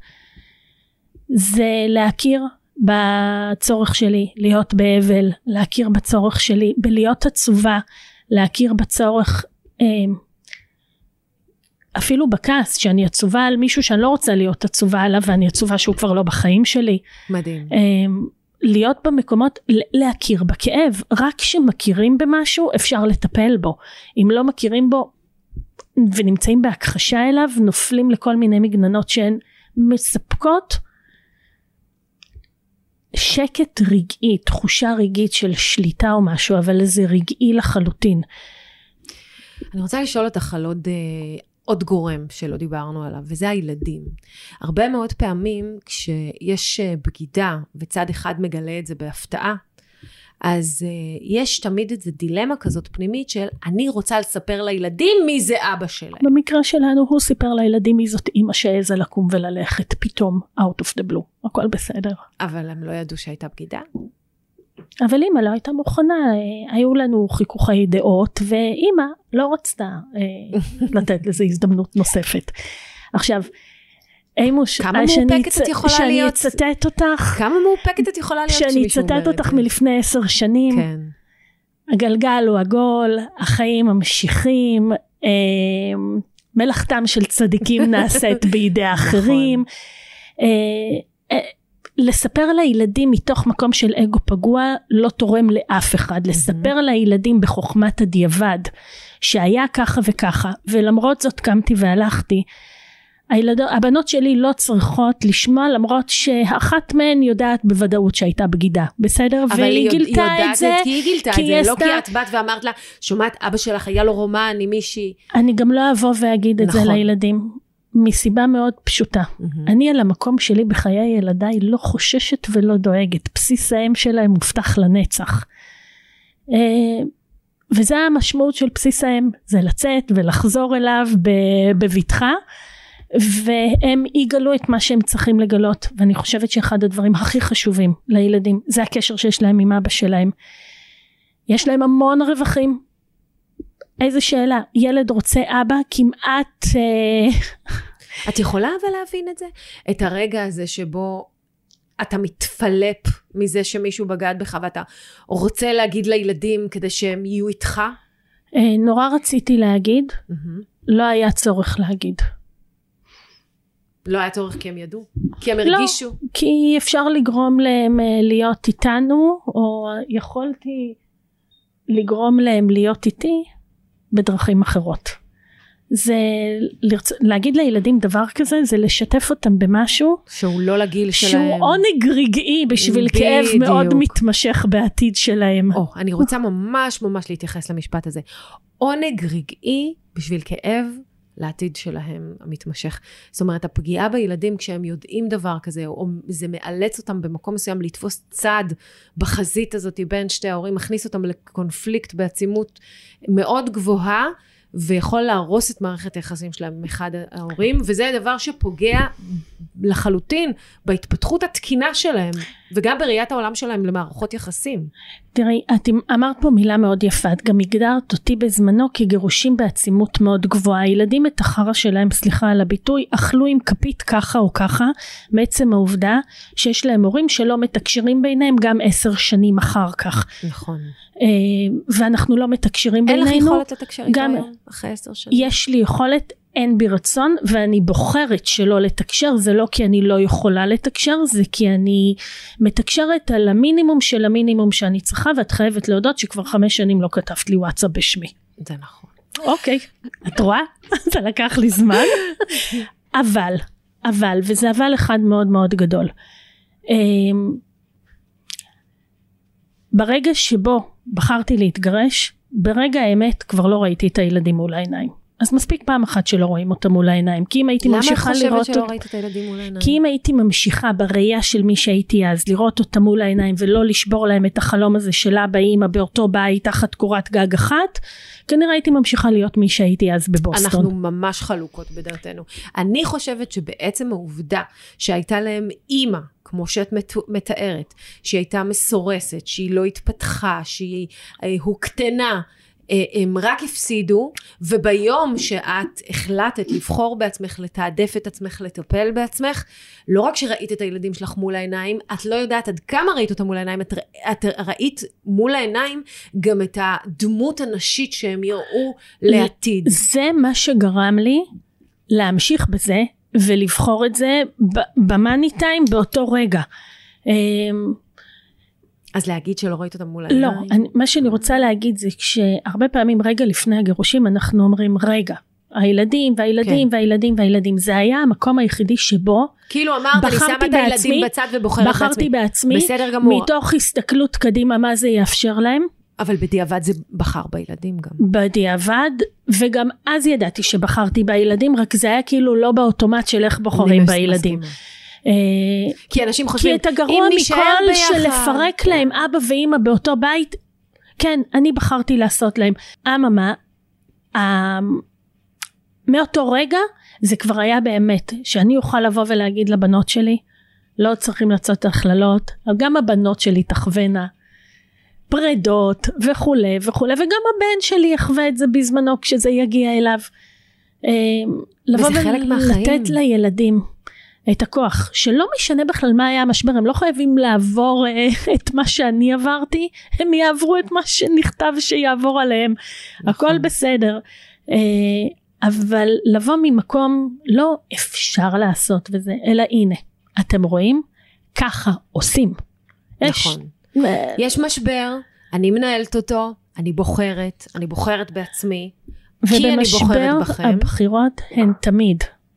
Speaker 2: זה להכיר בצורך שלי להיות באבל, להכיר בצורך שלי בלהיות עצובה, להכיר בצורך אה, אפילו בכעס, שאני עצובה על מישהו שאני לא רוצה להיות עצובה עליו, ואני עצובה שהוא כבר לא בחיים שלי.
Speaker 1: מדהים.
Speaker 2: להיות במקומות, להכיר בכאב, רק שמכירים במשהו, אפשר לטפל בו. אם לא מכירים בו, ונמצאים בהכחשה אליו, נופלים לכל מיני מגננות שהן מספקות, שקט רגעי, תחושה רגעית של שליטה או משהו, אבל זה רגעי לחלוטין.
Speaker 1: אני רוצה לשאול אותך על עוד... עוד גורם שלא דיברנו עליו, וזה הילדים. הרבה מאוד פעמים כשיש בגידה וצד אחד מגלה את זה בהפתעה, אז uh, יש תמיד איזו דילמה כזאת פנימית של אני רוצה לספר לילדים מי זה אבא שלהם.
Speaker 2: במקרה שלנו הוא סיפר לילדים מי זאת אמא שהעזה לקום וללכת פתאום out of the blue. הכל בסדר. אבל
Speaker 1: הם לא ידעו שהייתה בגידה?
Speaker 2: אבל אמא לא הייתה מוכנה, היו לנו חיכוכי דעות, ואמא לא רצתה אה, לתת לזה הזדמנות נוספת. עכשיו, אימוש,
Speaker 1: כמה מאופקת את יכולה להיות?
Speaker 2: שאני אצטט אותך,
Speaker 1: כמה מאופקת את יכולה להיות?
Speaker 2: שאני אצטט אותך מלפני עשר שנים,
Speaker 1: כן.
Speaker 2: הגלגל הוא עגול, החיים ממשיכים, אה, מלאכתם של צדיקים נעשית בידי אחרים, אה, אה, לספר לילדים מתוך מקום של אגו פגוע לא תורם לאף אחד. לספר לילדים בחוכמת הדיעבד שהיה ככה וככה, ולמרות זאת קמתי והלכתי, הילדות, הבנות שלי לא צריכות לשמוע, למרות שאחת מהן יודעת בוודאות שהייתה בגידה, בסדר?
Speaker 1: והיא
Speaker 2: גילתה את זה,
Speaker 1: כי היא גילתה את זה, לא כי את באת ואמרת לה, שומעת, אבא שלך היה לו רומן עם מישהי.
Speaker 2: אני גם לא אבוא ואגיד את זה לילדים, מסיבה מאוד פשוטה. אני על המקום שלי בחיי ילדיי לא חוששת ולא דואגת, בסיס האם שלהם מובטח לנצח. וזה המשמעות של בסיס האם, זה לצאת ולחזור אליו בבטחה, והם יגלו את מה שהם צריכים לגלות, ואני חושבת שאחד הדברים הכי חשובים לילדים, זה הקשר שיש להם עם אבא שלהם. יש להם המון רווחים. איזה שאלה, ילד רוצה אבא כמעט...
Speaker 1: את יכולה אבל להבין את זה? את הרגע הזה שבו אתה מתפלפ מזה שמישהו בגד בך, ואתה רוצה להגיד לילדים כדי שהם יהיו איתך?
Speaker 2: נורא רציתי להגיד, לא היה צורך להגיד.
Speaker 1: לא היה צורך כי הם ידעו? כי הם הרגישו?
Speaker 2: לא, כי אפשר לגרום להם להיות איתנו, או יכולתי לגרום להם להיות איתי בדרכים אחרות. זה לרצ... להגיד לילדים דבר כזה, זה לשתף אותם במשהו
Speaker 1: שהוא לא לגיל שלהם,
Speaker 2: שהוא עונג רגעי בשביל בדיוק. כאב מאוד מתמשך בעתיד שלהם.
Speaker 1: או, אני רוצה ממש ממש להתייחס למשפט הזה. עונג רגעי בשביל כאב לעתיד שלהם המתמשך. זאת אומרת, הפגיעה בילדים כשהם יודעים דבר כזה, או זה מאלץ אותם במקום מסוים לתפוס צד בחזית הזאת בין שתי ההורים, מכניס אותם לקונפליקט בעצימות מאוד גבוהה, ויכול להרוס את מערכת היחסים שלהם עם אחד ההורים, וזה הדבר שפוגע לחלוטין בהתפתחות התקינה שלהם, וגם בראיית העולם שלהם למערכות יחסים.
Speaker 2: תראי, את אמרת פה מילה מאוד יפה, את גם הגדרת אותי בזמנו כגירושים בעצימות מאוד גבוהה. הילדים את החרה שלהם, סליחה על הביטוי, אכלו עם כפית ככה או ככה, מעצם העובדה שיש להם הורים שלא מתקשרים ביניהם גם עשר שנים אחר כך.
Speaker 1: נכון.
Speaker 2: ואנחנו לא מתקשרים בינינו.
Speaker 1: אין לך יכולת לתקשר איתו היום אחרי עשר שנים?
Speaker 2: יש לי יכולת, אין בי רצון, ואני בוחרת שלא לתקשר. זה לא כי אני לא יכולה לתקשר, זה כי אני מתקשרת על המינימום של המינימום שאני צריכה, ואת חייבת להודות שכבר חמש שנים לא כתבת לי וואטסאפ בשמי.
Speaker 1: זה נכון.
Speaker 2: אוקיי, את רואה? זה לקח לי זמן. אבל, אבל, וזה אבל אחד מאוד מאוד גדול. ברגע שבו בחרתי להתגרש, ברגע האמת כבר לא ראיתי את הילדים מול העיניים. אז מספיק פעם אחת שלא רואים אותם מול העיניים, כי אם הייתי ממשיכה לראות...
Speaker 1: למה את חושבת שלא ראית את הילדים מול העיניים?
Speaker 2: כי אם הייתי ממשיכה בראייה של מי שהייתי אז, לראות אותם מול העיניים, ולא לשבור להם את החלום הזה של אבא אימא באותו בית, תחת קורת גג אחת, כנראה הייתי ממשיכה להיות מי שהייתי אז בבוסטון.
Speaker 1: אנחנו ממש חלוקות בדעתנו. אני חושבת שבעצם העובדה שהייתה להם אימא, כמו שאת מתארת, שהיא הייתה מסורסת, שהיא לא התפתחה, שהיא הוקטנה, הם רק הפסידו, וביום שאת החלטת לבחור בעצמך, לתעדף את עצמך, לטפל בעצמך, לא רק שראית את הילדים שלך מול העיניים, את לא יודעת עד כמה ראית אותם מול העיניים, את, את ראית מול העיניים גם את הדמות הנשית שהם יראו לעתיד.
Speaker 2: זה מה שגרם לי להמשיך בזה, ולבחור את זה במאני טיים באותו רגע.
Speaker 1: אז להגיד שלא ראית אותם מול העיניים?
Speaker 2: לא, אני, מה שאני רוצה להגיד זה כשהרבה פעמים רגע לפני הגירושים אנחנו אומרים רגע, הילדים והילדים כן. והילדים והילדים, זה היה המקום היחידי שבו
Speaker 1: כאילו אמרת, אני שמה את הילדים בצד ובוחרת בעצמי.
Speaker 2: בחרתי בעצמי,
Speaker 1: בסדר גמור.
Speaker 2: מתוך הסתכלות קדימה מה זה יאפשר להם.
Speaker 1: אבל בדיעבד זה בחר בילדים גם.
Speaker 2: בדיעבד, וגם אז ידעתי שבחרתי בילדים, רק זה היה כאילו לא באוטומט של איך בוחרים בילדים.
Speaker 1: כי אנשים חושבים,
Speaker 2: כי את הגרוע מכל של לפרק להם אבא ואמא באותו בית, כן, אני בחרתי לעשות להם. אממה, מאותו רגע, זה כבר היה באמת, שאני אוכל לבוא ולהגיד לבנות שלי, לא צריכים לצאת הכללות, גם הבנות שלי תחווינה, פרדות וכו' וכו', וגם הבן שלי יחווה את זה בזמנו כשזה יגיע אליו. לבוא ולתת לילדים את הכוח, שלא משנה בכלל מה היה המשבר, הם לא חייבים לעבור את מה שאני עברתי, הם יעברו את מה שנכתב שיעבור עליהם, הכל בסדר. אבל לבוא ממקום לא אפשר לעשות וזה, אלא הנה, אתם רואים? ככה עושים.
Speaker 1: נכון. יש משבר, אני מנהלת אותו, אני בוחרת, אני בוחרת בעצמי, כי אני בוחרת בכם.
Speaker 2: ובמשבר הבחירות הן תמיד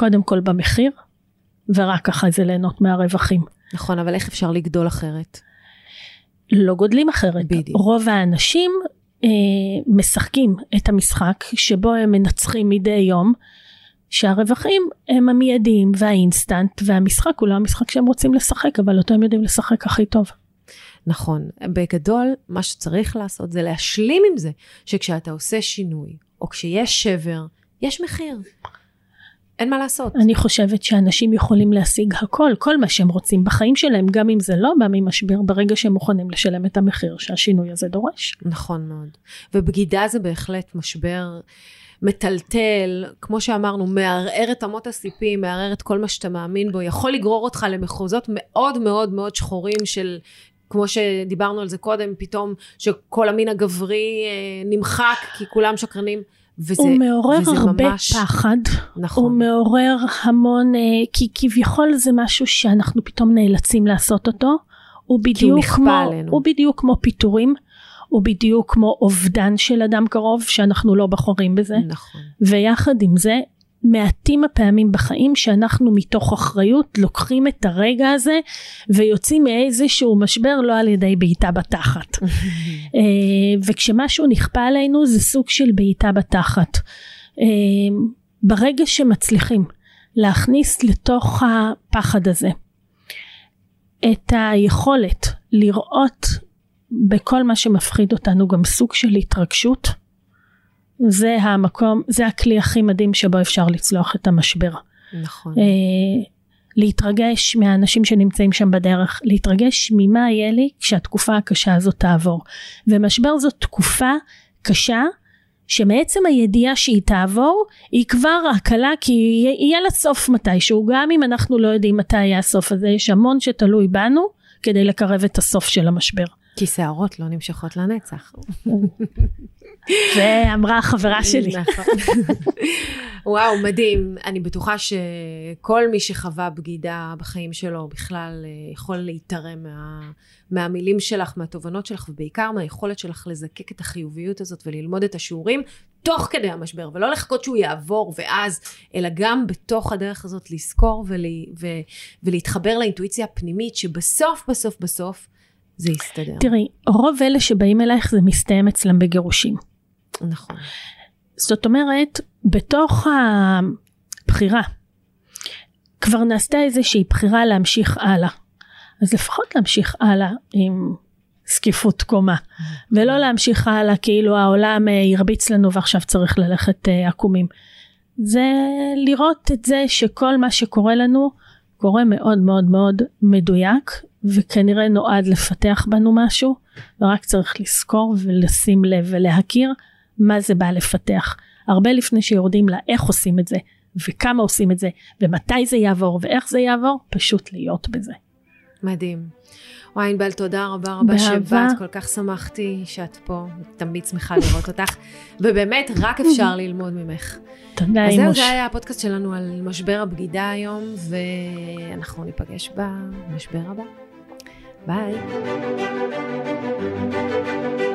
Speaker 2: קודם כל במחיר, ורק אחרי זה ליהנות מהרווחים.
Speaker 1: נכון, אבל איך אפשר לגדול אחרת?
Speaker 2: לא גודלים אחרת. בדיוק. רוב האנשים אה, משחקים את המשחק, שבו הם מנצחים מדי יום, שהרווחים הם המיידיים והאינסטנט, והמשחק הוא לא המשחק שהם רוצים לשחק, אבל אותו הם יודעים לשחק הכי טוב.
Speaker 1: נכון, בגדול מה שצריך לעשות זה להשלים עם זה, שכשאתה עושה שינוי, או כשיש שבר, יש מחיר. אין מה לעשות.
Speaker 2: אני חושבת שאנשים יכולים להשיג הכל, כל מה שהם רוצים בחיים שלהם, גם אם זה לא בא ממשבר, ברגע שהם מוכנים לשלם את המחיר שהשינוי הזה דורש.
Speaker 1: נכון מאוד. ובגידה זה בהחלט משבר מטלטל, כמו שאמרנו, מערער את אמות הסיפים, מערער את כל מה שאתה מאמין בו, יכול לגרור אותך למחוזות מאוד מאוד מאוד שחורים של, כמו שדיברנו על זה קודם, פתאום שכל המין הגברי נמחק, כי כולם שקרנים. וזה,
Speaker 2: הוא מעורר הרבה
Speaker 1: ממש
Speaker 2: פחד,
Speaker 1: נכון.
Speaker 2: הוא מעורר המון, כי כביכול זה משהו שאנחנו פתאום נאלצים לעשות אותו, הוא בדיוק, הוא כמו, הוא בדיוק כמו פיתורים, הוא בדיוק כמו אובדן של אדם קרוב, שאנחנו לא בחורים בזה,
Speaker 1: נכון.
Speaker 2: ויחד עם זה, מעטים הפעמים בחיים שאנחנו מתוך אחריות לוקחים את הרגע הזה ויוצאים מאיזשהו משבר לא על ידי בעיטה בתחת. וכשמשהו נכפה עלינו זה סוג של בעיטה בתחת. ברגע שמצליחים להכניס לתוך הפחד הזה את היכולת לראות בכל מה שמפחיד אותנו גם סוג של התרגשות, זה המקום, זה הכלי הכי מדהים שבו אפשר לצלוח את המשבר.
Speaker 1: נכון.
Speaker 2: אה, להתרגש מהאנשים שנמצאים שם בדרך, להתרגש ממה יהיה לי כשהתקופה הקשה הזאת תעבור. ומשבר זאת תקופה קשה, שמעצם הידיעה שהיא תעבור, היא כבר הקלה, כי יהיה לה סוף מתישהו, גם אם אנחנו לא יודעים מתי יהיה הסוף הזה, יש המון שתלוי בנו, כדי לקרב את הסוף של המשבר.
Speaker 1: כי שערות לא נמשכות לנצח.
Speaker 2: זה אמרה החברה שלי.
Speaker 1: וואו, מדהים. אני בטוחה שכל מי שחווה בגידה בחיים שלו בכלל יכול להתערם מה, מהמילים שלך, מהתובנות שלך, ובעיקר מהיכולת שלך לזקק את החיוביות הזאת וללמוד את השיעורים תוך כדי המשבר, ולא לחכות שהוא יעבור ואז, אלא גם בתוך הדרך הזאת לזכור ול, ו, ולהתחבר לאינטואיציה הפנימית שבסוף, בסוף, בסוף זה יסתדר.
Speaker 2: תראי, רוב אלה שבאים אלייך זה מסתיים אצלם בגירושים.
Speaker 1: נכון.
Speaker 2: זאת אומרת, בתוך הבחירה, כבר נעשתה איזושהי בחירה להמשיך הלאה. אז לפחות להמשיך הלאה עם סקיפות קומה, ולא להמשיך הלאה כאילו העולם ירביץ לנו ועכשיו צריך ללכת עקומים. זה לראות את זה שכל מה שקורה לנו, קורה מאוד מאוד מאוד מדויק, וכנראה נועד לפתח בנו משהו, ורק צריך לזכור ולשים לב ולהכיר מה זה בא לפתח. הרבה לפני שיורדים לה איך עושים את זה, וכמה עושים את זה, ומתי זה יעבור, ואיך זה יעבור, פשוט להיות בזה.
Speaker 1: מדהים. וואי, ענבל, תודה רבה רבה שבאת, כל כך שמחתי שאת פה, תמיד שמחה לראות אותך, ובאמת רק אפשר ללמוד ממך.
Speaker 2: תודה,
Speaker 1: אימוש. אז זהו, זה היה הפודקאסט שלנו על משבר הבגידה היום, ואנחנו ניפגש במשבר הבא. ביי.